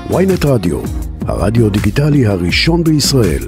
ynet רדיו, הרדיו דיגיטלי הראשון בישראל.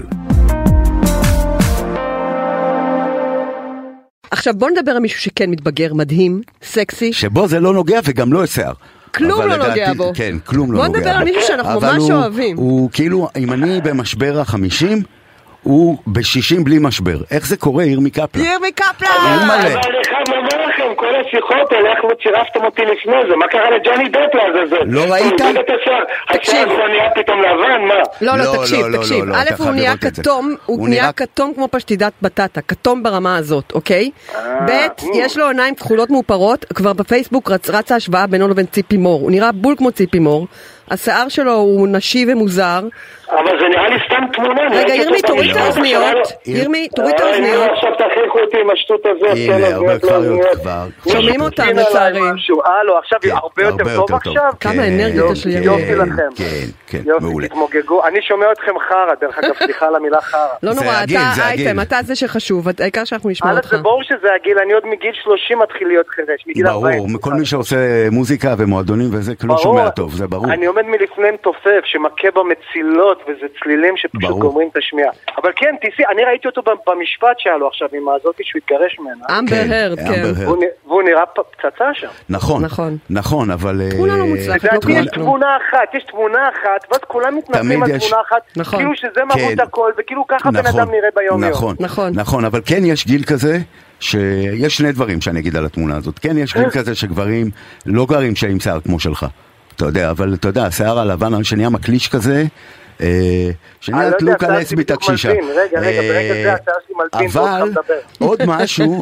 עכשיו בוא נדבר על מישהו שכן מתבגר, מדהים, סקסי. שבו זה לא נוגע וגם לא יסער. כלום לא נוגע בו. כן, כלום לא נוגע בו. בוא נדבר על מישהו שאנחנו ממש אוהבים. הוא כאילו, אם אני במשבר ה-50, הוא ב-60 בלי משבר. איך זה קורה? ירמי קפלן. ירמי קפלן! אבל אני חייב לומר לכם, כל השיחות האלה, איך לא צירפתם אותי לפני זה? מה קרה לג'וני דפ לעזאזל? לא ראית? השיער כבר נהיה פתאום לבן, מה? לא, תקשיב. א', הוא נהיה כתום, הוא נהיה כתום כמו פשטידת בטטה, כתום ברמה הזאת, אוקיי? ב', יש לו עיניים כחולות מאופרות, כבר בפייסבוק רצה השוואה בינו לבין ציפי מור, הוא נראה בול כמו ציפי מור, השיער שלו הוא נשי ומוזר. אבל זה נראה לי סתם תמונה. רגע, ירמי, תוריד את האוזניות. ירמי, תוריד את האוזניות. עכשיו תכריחו אותי עם השטות הזאת. הנה, הרבה כפריות כבר. שומעים אותם לצערי. הלו, עכשיו הרבה יותר טוב עכשיו? כמה אנרגיות יש לי. יופי לכם. כן, יופי, תתמוגגו. אני שומע אתכם חרא, דרך אגב, סליחה על המילה חרא. לא נורא, אתה אייטם, אתה זה שחשוב, העיקר שאנחנו נשמע אותך. זה ברור שזה הגיל, אני עוד מגיל 30 מתחיל להיות חרש, מגיל 40. ברור, כל מי שעושה מוזיקה ומועדונים וזה, לא שומע טוב, זה ברור. אני עומד מלפניהם תופף, שמכה במצילות, וזה צלילים שפשוט גומרים את השמיעה. אבל כן, תיסי, אני ראיתי אותו במשפט שעלו עכשיו, עם הזאתי שהוא התגרש ממנה. אמבר הרד, כן. והוא נראה פצצה שם. נכון, אבל... תמונה לא מוצלחת, לא קרה כלום. יש תמונה אחת, ואז כולם מתנפלים על תמונה אחת, כאילו שזה מהות הכל, וכאילו ככה בן אדם נראה ביום יום. נכון, אבל כן יש גיל כזה, שיש שני דברים שאני אגיד על התמונה הזאת. כן יש גיל כזה שגברים לא גרים עם שיער כמו שלך. אתה יודע, אבל אתה יודע, השיער הלבן שנהיה מקליש כזה, שנהיה תלוק על אצבית הקשישה. רגע, ברגע זה השיער שלי מלפין, אבל עוד משהו,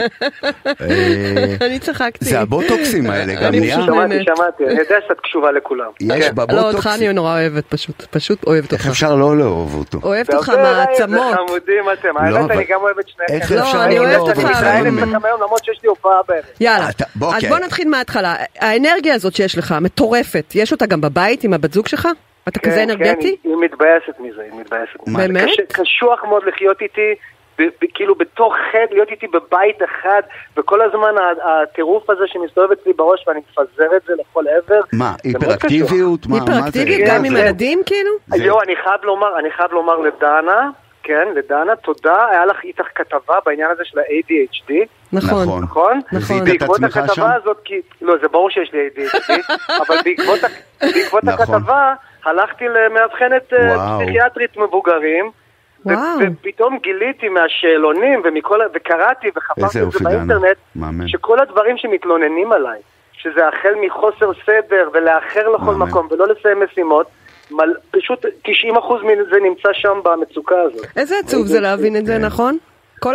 אני צחקתי. זה הבוטוקסים האלה, גם נהיה. שמעתי, אני יודע שאת קשובה לכולם. יש בבוטוקס. לא, אותך אני נורא אוהבת, פשוט אוהבת אותך. איך אפשר לא לאהוב אותו? אוהבת אותך מהעצמות. זה חמודים אתם, האמת אני גם אוהבת שניכם. לא, אני אוהבת אותך. למרות שיש לי הופעה בערב. יאללה, אז בוא נתחיל מההתחלה. האנרגיה הזאת שיש לך, מטורפת, יש אותה גם בבית עם הבת זוג שלך? אתה כזה אנרגטי? כן, היא מתבאסת מזה, באמת? קשוח מאוד לחיות איתי, כאילו בתוך חד, להיות איתי בבית אחד, וכל הזמן הטירוף הזה שמסתובב אצלי בראש, ואני מפזר את זה לכל עבר. מה, היפראקטיביות? היפראקטיבית גם עם ילדים כאילו? לא, אני חייב לומר לדנה, כן, לדנה, תודה, היה לך איתך כתבה בעניין הזה של ה-ADHD. נכון. בעקבות הכתבה הזאת, לא, זה ברור שיש לי ADHD, אבל בעקבות הכתבה, הלכתי למאבחנת פסיכיאטרית מבוגרים, ופתאום גיליתי מהשאלונים, וקראתי וחפרתי את זה באינטרנט, שכל הדברים שמתלוננים עליי, שזה החל מחוסר סדר ולאחר לכל מקום, ולא לסיים משימות, פשוט 90% מזה נמצא שם במצוקה הזאת. איזה עצוב זה להבין את זה, נכון? כל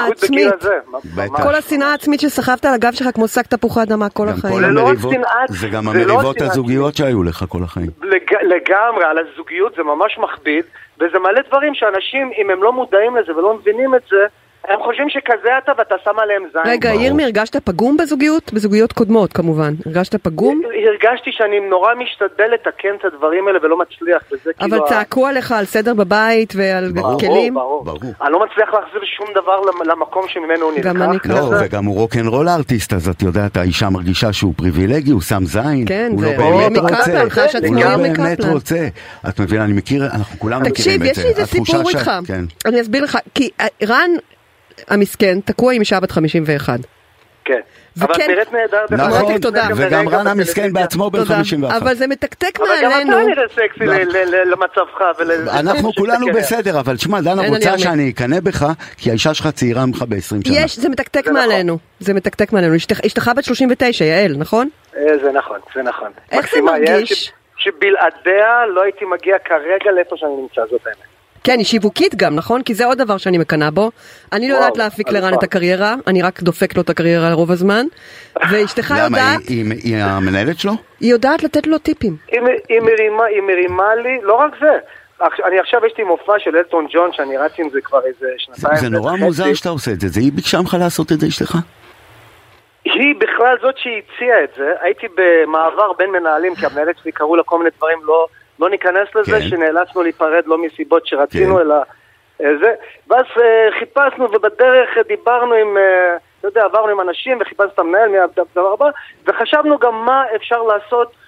השנאה העצמית שסחבת על הגב שלך כמו שק תפוחי אדמה כל החיים. זה גם המריבות הזוגיות שהיו לך כל החיים. לגמרי, על הזוגיות זה ממש מכביד, וזה מלא דברים שאנשים, אם הם לא מודעים לזה ולא מבינים את זה, הם חושבים שכזה אתה ואתה שם עליהם זין. רגע, ירמי, הרגשת פגום בזוגיות? בזוגיות קודמות, כמובן. הרגשת פגום? הרגשתי שאני נורא משתדל לתקן את הדברים האלה ולא מצליח. אבל צעקו עליך על סדר בבית ועל כלים? ברור. אני לא מצליח להחזיר שום דבר למקום שממנו הוא נלקח. לא, וגם הוא רוק'נ'רול ארטיסט, אז את יודעת, האישה מרגישה שהוא פריבילגי, הוא שם זין. כן, הוא לא באמת רוצה. את מבינה, אני מכיר, אנחנו כולם מכירים את זה. תקשיב, יש לי איזה סיפור איתך. אני אסביר לך, כי רן המסכן תקוע עם אישה בת 51. כן. אבל נראית נהדר. נכון, וגם רן המסכן בעצמו בן 51. אבל זה מתקתק מעלינו. אבל גם אתה נראה סקסי למצבך. אנחנו כולנו בסדר, אבל שמע, דנה רוצה שאני אקנה בך, כי האישה שלך צעירה ממך ב-20 שנה. זה מתקתק מעלינו. זה מתקתק מעלינו. אשתך בת 39, יעל, נכון? זה נכון. איך זה מרגיש? שבלעדיה לא הייתי מגיע כרגע לאיפה שאני נמצא, זאת האמת. כן, היא שיווקית גם, נכון? כי זה עוד דבר שאני מקנה בו. אני לא יודעת להפיק לרן את הקריירה, אני רק דופק לו את הקריירה לרוב הזמן. ואשתך יודעת... למה, היא המנהלת שלו? היא יודעת לתת לו טיפים. היא מרימה לי, לא רק זה. אני עכשיו יש לי מופע של אלטון ג'ון, שאני רץ עם זה כבר איזה שנתיים. זה נורא מוזר שאתה עושה את זה. היא ביקשה ממך לעשות את זה, אשתך? היא בכלל זאת שהציעה את זה. הייתי במעבר בין מנהלים, כי המנהלת שלי קראו לה כל מיני דברים לא ניכנס לזה, שנאלצנו להיפרד לא מסיבות שרצינו, אלא זה. ואז חיפשנו, ובדרך דיברנו עם, אתה יודע, עברנו עם אנשים, וחיפשנו את המנהל מהדבר הבא, וחשבנו גם מה אפשר לעשות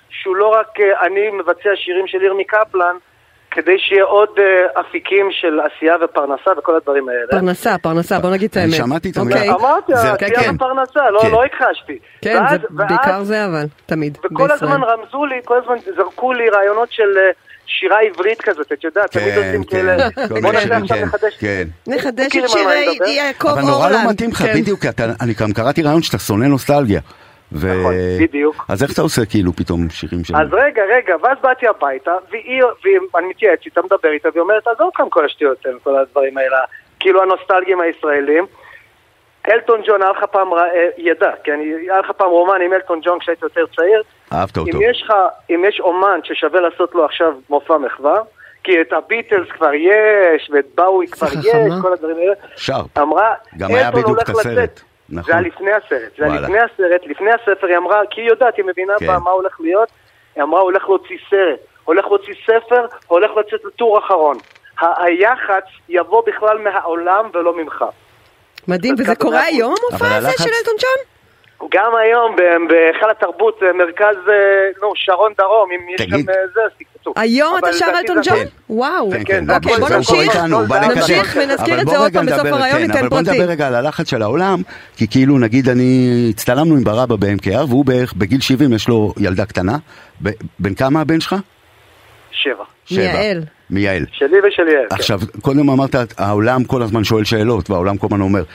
שהוא לא רק אני מבצע שירים של ירמי קפלן, כדי שיהיה עוד אפיקים של עשייה ופרנסה וכל הדברים האלה. פרנסה, בוא נגיד את האמת. אני שמעתי את המילה. אמרתי, עשייה ופרנסה, לא הכחשתי. כן, בעיקר זה אבל, תמיד. וכל הזמן רמזו לי, כל הזמן זרקו לי רעיונות של שירה עברית כזאת, את יודעת, תמיד עושים כאלה. בוא נעשה עכשיו נחדש את שירי יעקב אורלנד. אבל נורא לא מתאים לך, בדיוק, אני גם קראתי רעיון שאתה שונא נוסטלגיה. נכון, בדיוק. אז איך אתה עושה כאילו פתאום שירים שלנו? אז רגע, ואז באתי הביתה, ואני מתייעץ איתה, מדבר איתה, והיא אומרת, עזוב כאן כל השטויות, כל הדברים האלה, כאילו הנוסטלגיים הישראלים. אלטון ג'ון, היה לך פעם ידע, כי היה לך פעם רומן עם אלטון ג'ון כשהיית יותר צעיר. אהבת אותו. אם יש אומן ששווה לעשות לו עכשיו מופע מחווה, כי את הביטלס כבר יש, ואת באוי כבר יש, כל הדברים האלה. אמרה, גם היה בדיוק את הסרט. זה היה לפני הסרט, זה היה לפני הסרט, לפני הספר היא אמרה, כי היא יודעת, היא מבינה מה הולך להיות, היא אמרה, הולך להוציא סרט, הולך להוציא ספר, הולך לצאת לטור אחרון. היח"צ יבוא בכלל מהעולם ולא ממך. מדהים, וזה קורה היום, המופע הזה של אלטון ג'ון? גם היום, בהיכל התרבות, מרכז, שרון דרום, אם יש גם זה, אז תקצו. היום אתה שר אלטון ג'ון? וואו. אוקיי, בוא נמשיך ונזכיר את זה עוד פעם בסוף הרעיון, ניתן פרטים. אבל בוא נדבר רגע על הלחץ של העולם, כי כאילו נגיד הצטלמנו עם ברבא ב-MKR, והוא בערך בגיל 70 יש לו ילדה קטנה. בן כמה הבן שלך? 7. מיעל. שלי ושל יעל. עכשיו, קודם אמרת, העולם כל הזמן שואל שאלות, והעולם כל הזמן אומר,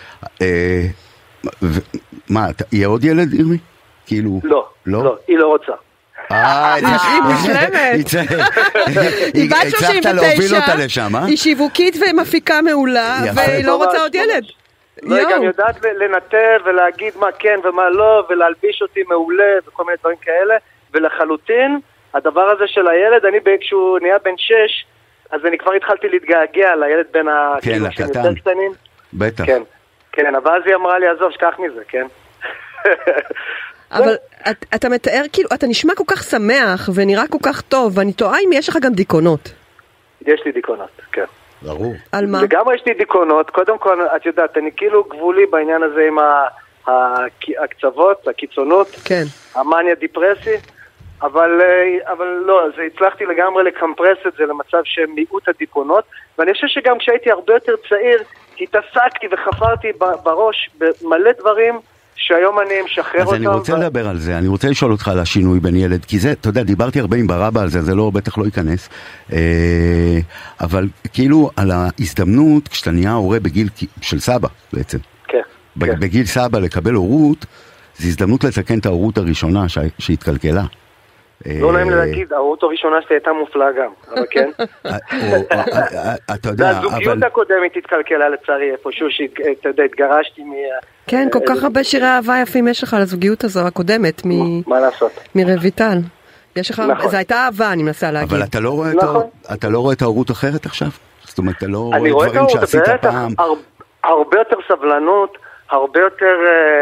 מה, יהיה עוד ילד, ירמי? כאילו... לא, היא לא רוצה. היא מושלמת. היא בת 39, היא שיווקית ומפיקה מעולה, והיא לא רוצה עוד ילד. היא גם יודעת לנתב ולהגיד מה כן ומה לא, ולהלביש אותי מעולה וכל מיני דברים כאלה, ולחלוטין, הדבר הזה של הילד, כשהוא נהיה בן 6, אז אני כבר התחלתי להתגעגע לילד בין הקטן. קטנים. בטח. כן, אבל אז היא אמרה לי, עזוב, שכח מזה, כן. אבל אתה מתאר, כאילו, אתה נשמע כל כך שמח ונראה כל כך טוב, ואני תוהה אם יש לך גם דיכאונות. יש לי דיכאונות, כן. ברור. על מה? וגם יש לי דיכאונות, קודם כל, את יודעת, אני כאילו גבולי בעניין הזה עם הקצוות, הקיצונות, כן. המניה דיפרסי, אבל לא, אז הצלחתי לגמרי לקמפרס את זה למצב שמיעוט הדיכאונות, ואני חושב שגם כשהייתי הרבה יותר צעיר, התעסקתי וחפרתי בראש במלא דברים שהיום אני משחרר אותם. אז אני רוצה לדבר על זה, אני רוצה לשאול אותך על השינוי בין ילד, כי זה, אתה יודע, דיברתי הרבה עם ברבא על זה, זה לא, בטח לא ייכנס, אבל כאילו על ההזדמנות, כשאתה נהיה הורה בגיל של סבא בעצם, כן. בגיל סבא לקבל הורות, זה הזדמנות לתקן את ההורות הראשונה שהתקלקלה. לא נעים להגיד, ההורות הראשונה שלי הייתה מופלאה גם, אבל כן. אתה יודע, אבל... הזוגיות הקודמת התקלקלה לצערי איפשהו, שאתה יודע, התגרשתי מ... כן, כל כך הרבה שירי אהבה יפים יש לך על הזוגיות הזו הקודמת, מה לעשות? מרויטל. זה הייתה אהבה, אני מנסה להגיד. אבל אתה לא רואה את ההורות אחרת עכשיו? זאת אומרת, אתה לא רואה דברים שעשית פעם? הרבה יותר סבלנות, הרבה יותר...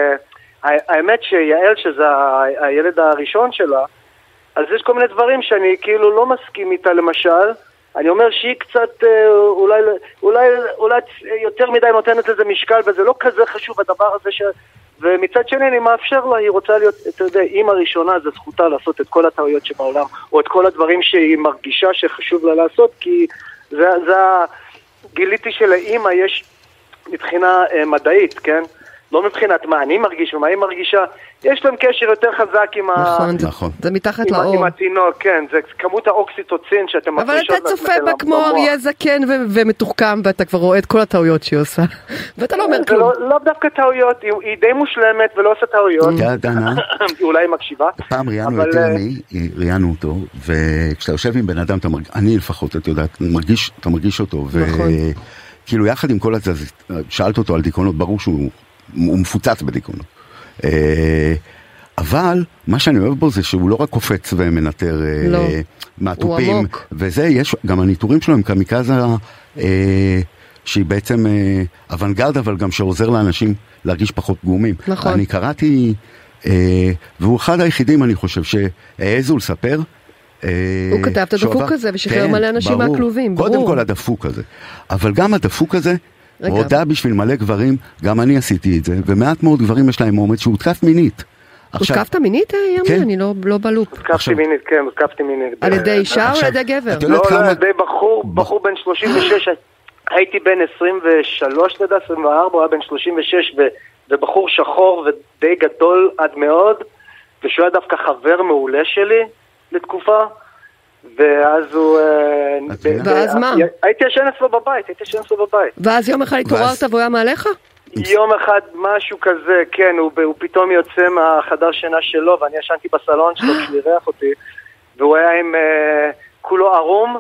האמת שיעל, שזה הילד הראשון שלה, אז יש כל מיני דברים שאני כאילו לא מסכים איתה, למשל, אני אומר שהיא קצת, אולי יותר מדי נותנת לזה משקל, וזה לא כזה חשוב הדבר הזה, ומצד שני אני מאפשר לה, היא רוצה להיות, אתה יודע, אמא ראשונה, זה זכותה לעשות את כל הטעויות שבעולם, או את כל הדברים שהיא מרגישה שחשוב לה לעשות, כי זה גיליתי שלאמא יש מבחינה מדעית, כן? לא מבחינת מה אני מרגיש ומה היא מרגישה, יש להם קשר יותר חזק עם נכון, זה מתחת לאור. עם התינוק, כן, זה כמות האוקסיטוצין שאתם אבל אתה צופה בה כמו אריה זקן ומתוחכם, ואתה כבר רואה את כל הטעויות שהיא עושה, ואתה לא אומר כלום. לא דווקא טעויות, היא די מושלמת ולא עושה טעויות. אולי היא מקשיבה. פעם ראיינו אותו, וכשאתה יושב עם בן אדם, אני לפחות, אתה יודע, אתה מרגיש אותו, וכאילו יחד עם כל הזה, שאלת אותו על דיכאונות, ברור שהוא מפוצץ בדיכאונות. אבל מה שאני אוהב בו זה שהוא לא רק קופץ ומנטר מהטופים, וזה, יש גם הניטורים שלו הם קמיקזה שהיא בעצם אוונגרד, אבל גם שעוזר לאנשים להרגיש פחות פגומים. נכון. אני קראתי, והוא אחד היחידים אני חושב שהעזו לספר, הוא כתב את הדפוק הזה ושחרר מלא אנשים מהכלובים, ברור. קודם כל הדפוק הזה, אבל גם הדפוק הזה הודע בשביל מלא גברים, גם אני עשיתי את זה, ומעט מאוד גברים יש להם אומץ שהוא תקף מינית, הותקפת מינית, ירמי? אני לא בלופ. הותקפתי מינית, כן, הותקפתי מינית. על ידי אישה או על ידי גבר? לא, על ידי בחור בן 36, הייתי בן 23, 24, הוא היה בן 36, ובחור שחור ודי גדול עד מאוד, ושהוא היה דווקא חבר מעולה שלי לתקופה, ואז הוא... ואז מה? הייתי ישן אצלו בבית. ואז יום אחד התעוררת והוא היה מעליך? יום אחד משהו כזה, כן, הוא פתאום יוצא מהחדר שינה שלו, ואני ישנתי בסלון שלו כשהוא אירח אותי, והוא היה עם כולו ערום,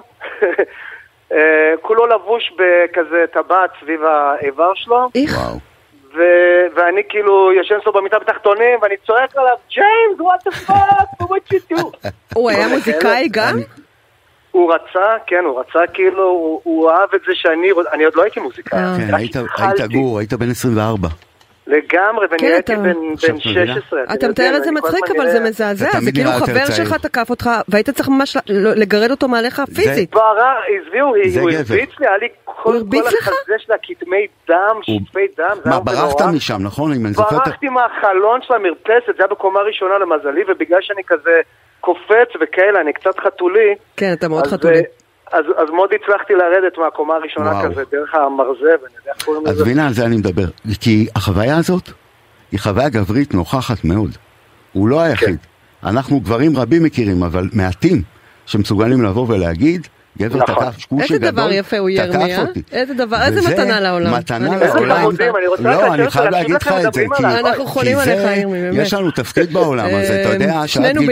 כולו לבוש בכזה טבעת סביב האיבר שלו. וואו. ואני כאילו ישן לו במיטה בתחתונים, ואני צועק עליו, ג'יימס, what the fuck, what you do? הוא היה מוזיקאי גם? הוא רצה כאילו, הוא אהב את זה אני עוד לא הייתי מוזיקאי. כן, היית בן 24. לגמרי, ואני הייתי בן 16. אתה מתאר את זה מצחיק, אבל זה מזעזע, זה כאילו חבר שלך תקף אותך, והיית צריך ממש לגרד אותו מעליך פיזית. הוא הרביץ לי, היה לי כל החזה של הכתמי דם, שטפי דם. מה, ברחת משם, נכון? ברחתי מהחלון של המרפסת, זה היה בקומה ראשונה למזלי, ובגלל שאני כזה קופץ וכאלה, אני קצת חתולי. כן, אתה מאוד חתולי. אז מאוד הצלחתי לרדת מהקומה הראשונה כזה, דרך המרזה, ואני יודע איך קוראים לזה. אז בינה, על זה אני מדבר. כי החוויה הזאת היא חוויה גברית נוכחת מאוד. הוא לא היחיד. אנחנו גברים רבים מכירים, אבל מעטים שמסוגלים לבוא ולהגיד, גבר תקף שקושי גדול, איזה דבר יפה הוא ירמי, איזה דבר, איזה מתנה לעולם. מתנה לעולם. לא, אני חייב להגיד לך את זה, אנחנו חולים עליך, ירמי, באמת. יש לנו תפקיד בעולם הזה, אתה יודע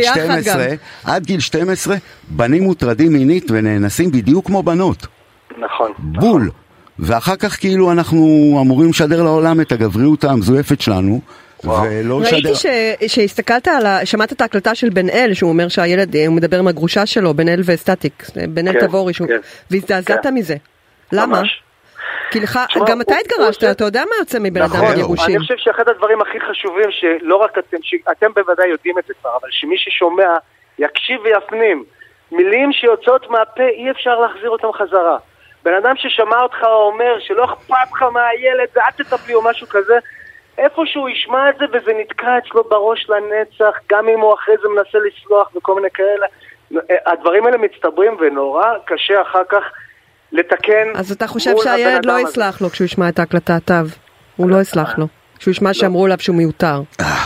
שעד גיל 12, בנים מוטרדים מינית ונאנסים בדיוק כמו בנות. נכון. בול. ואחר כך כאילו אנחנו אמורים לשדר לעולם את הגבריות המזויפת שלנו, ראיתי שהסתכלת שמעת את ההקלטה של בן אל, שהוא אומר שהילד, הוא מדבר עם הגרושה שלו, בן אל וסטטיק, בן אל תבורי, והזדעזעת מזה. למה? כי לך, גם אתה התגרשת, אתה יודע מה יוצא מבן אדם בגירושים. אני חושב שאחד הדברים הכי חשובים, שלא רק אתם בוודאי יודעים את זה כבר, אבל שמי ששומע יקשיב ויפנים, מילים שיוצאות מהפה אי אפשר להחזיר אותם חזרה. בן אדם ששמע אותך אומר שלא אכפת לך מהילד, ואל תטפלי או משהו כזה, איפה שהוא ישמע את זה וזה נתקע אצלו בראש לנצח, גם אם הוא אחרי זה מנסה לסלוח וכל מיני כאלה, הדברים האלה מצטברים ונורא קשה אחר כך לתקן. אז אתה חושב שהילד לא יסלח לו כשהוא ישמע את ההקלטת, הוא לא יסלח לו. כשהוא ישמע שאמרו עליו שהוא מיותר.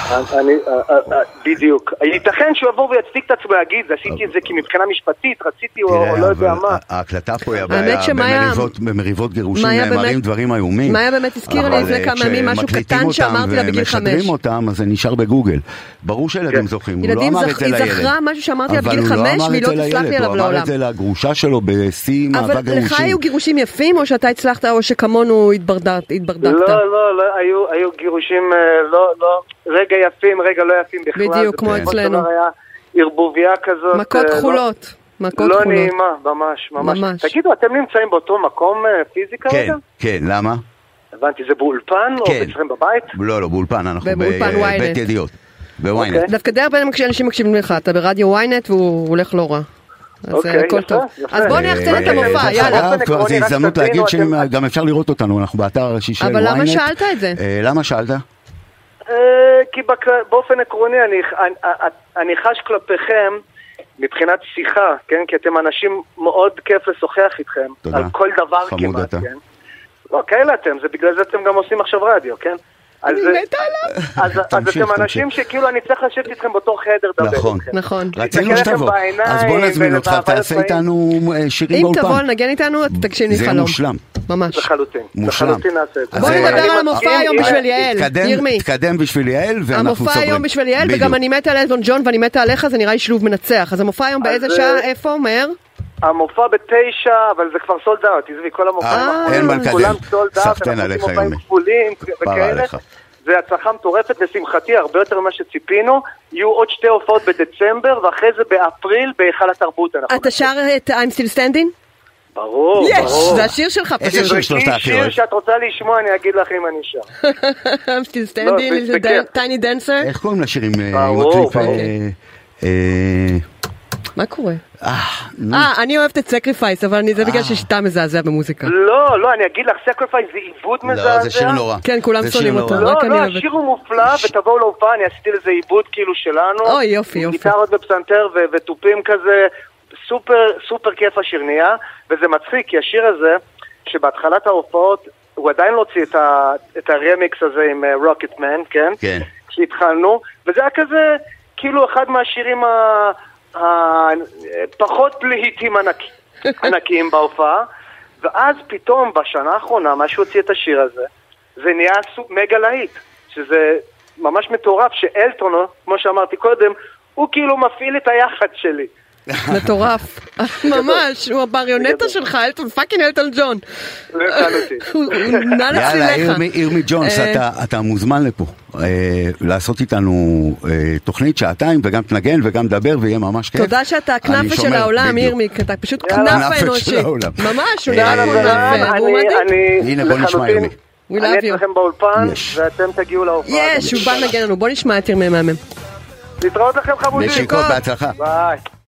בדיוק. ייתכן שהוא יבוא ויצדיק את עצמו להגיד, עשיתי את זה כי מבחינה משפטית, רציתי או לא יודע מה. ההקלטה פה היא הבעיה, במריבות גירושים נאמרים דברים איומים. מה היה באמת הזכיר לי לפני כמה ימים, משהו קטן שאמרתי לה בגיל 5. ומשדרים אותם, אז זה נשאר בגוגל. ברור שילדים זוכרים, הוא לא אמר את זה לילד. היא זכרה משהו שאמרתי לה בגיל 5, והיא לא תסלח לי עליו לעולם. הוא אמר את זה לגרושה שלו בשיא מאבק גירושים. אבל לך היו גירושים יפים, או שאתה הצלחת, או שכמונו התברדקת? לא, היו גירושים רגע יפים, רגע לא יפים בכלל. בדיוק, כמו אצלנו. היה ערבוביה כזאת. מכות כחולות. לא נעימה, ממש. תגידו, אתם נמצאים באותו מקום פיזי כרגע? כן, למה? הבנתי, זה באולפן או בצרים בבית? לא, באולפן, אנחנו בבית ידיעות. בוויינט. דווקא די הרבה אנשים מקשיבים לך, אתה ברדיו וויינט והוא הולך לא רע. אז הכל טוב. אז בוא נחתן את המופע, יאללה. כבר זה הזדמנות להגיד שגם אפשר לראות אותנו, אנחנו באתר הראשי של וויינט. אבל למה שאלת את זה? למה שאלת? כי באופן עקרוני אני חש כלפיכם מבחינת שיחה, כן? כי אתם אנשים מאוד כיף לשוחח איתכם על כל דבר כמעט, כן? לא, כאלה אתם, זה בגלל זה אתם גם עושים עכשיו רדיו, כן? אני מתה עליו. אז אתם אנשים שכאילו אני צריך לשבת איתכם באותו חדר דבר. נכון. רצינו שתבוא. אז בוא נזמין אותך, תעשה איתנו שירים באולפן. אם תבוא לנגן איתנו, תקשיב לי חלום. זה מושלם. ממש. לחלוטין נעשה את זה. בוא נדבר על המופע היום בשביל יעל. תקדם בשביל יעל ואנחנו סוגרים. המופע היום בשביל יעל, וגם אני מתה על אלטון ג'ון ואני מתה עליך, זה נראה לי שילוב מנצח. אז המופע היום באיזה שעה, איפה, מהר? המופע ב9, אבל זה כבר סולד אאוט, תזבי, כל המופעים כולם סולד אאוט, אנחנו מופעים כפולים וכאלה. זה הצלחה מטורפת, לשמחתי, הרבה יותר ממה שציפינו. יהיו עוד 2 הופעות בדצמבר, ואחרי זה באפריל, בהיכל התרבות. אתה שר את I'm Still Standing? ברור. זה השיר שלך. איזה שיר שלושת האחיות? שיר שאת רוצה לשמוע, אני אגיד לך אם אני שר. I'm Still Standing, Tiny Dancer. איך קוראים לשירים? ברור. מה קורה? אני אוהבת את סקריפייס, אבל זה בגלל ששיטה מזעזע במוזיקה. לא, אני אגיד לך, סקריפייס זה עיבוד מזעזע. לא, זה שיר נורא. כן, כולם שונאים אותו. לא, השיר הוא מופלא, ותבואו להופעה, אני עשיתי לזה עיבוד כאילו שלנו. אוי, יופי. גיטרות ופסנתר וטופים כזה, סופר כיף השיר נהיה, וזה מצחיק, כי השיר הזה, שבהתחלת ההופעות, הוא עדיין לא הוציא את הרמיקס הזה עם רוקטמן, כן? כן. כשהתחלנו, וזה היה כזה, כאילו אחד מהשירים הפחות להיטים ענקיים בהופעה, ואז פתאום בשנה האחרונה, מה שהוציא את השיר הזה, זה נהיה מגה להיט, שזה ממש מטורף שאלטון, כמו שאמרתי קודם, הוא כאילו מפעיל את היחד שלי. מטורף, ממש, הוא הבריונטה שלך, פאקינג אלטון ג'ון. הוא נע יאללה, ירמי ג'ונס, אתה מוזמן לפה לעשות איתנו תוכנית שעתיים וגם תנגן וגם דבר ויהיה ממש כיף. תודה שאתה הכנפה של העולם, ירמי, אתה פשוט כנפה אנושית. ממש, הוא נראה כמו כנפה, הוא מדהים. הנה בוא נשמע ירמי. אני אצלכם באולפן ואתם תגיעו להופעה. יש, הוא בא לנגן לנו, בוא נשמע את ירמי מהמם. להתראות לכם חמודים. נשיקות בהצלחה. ביי.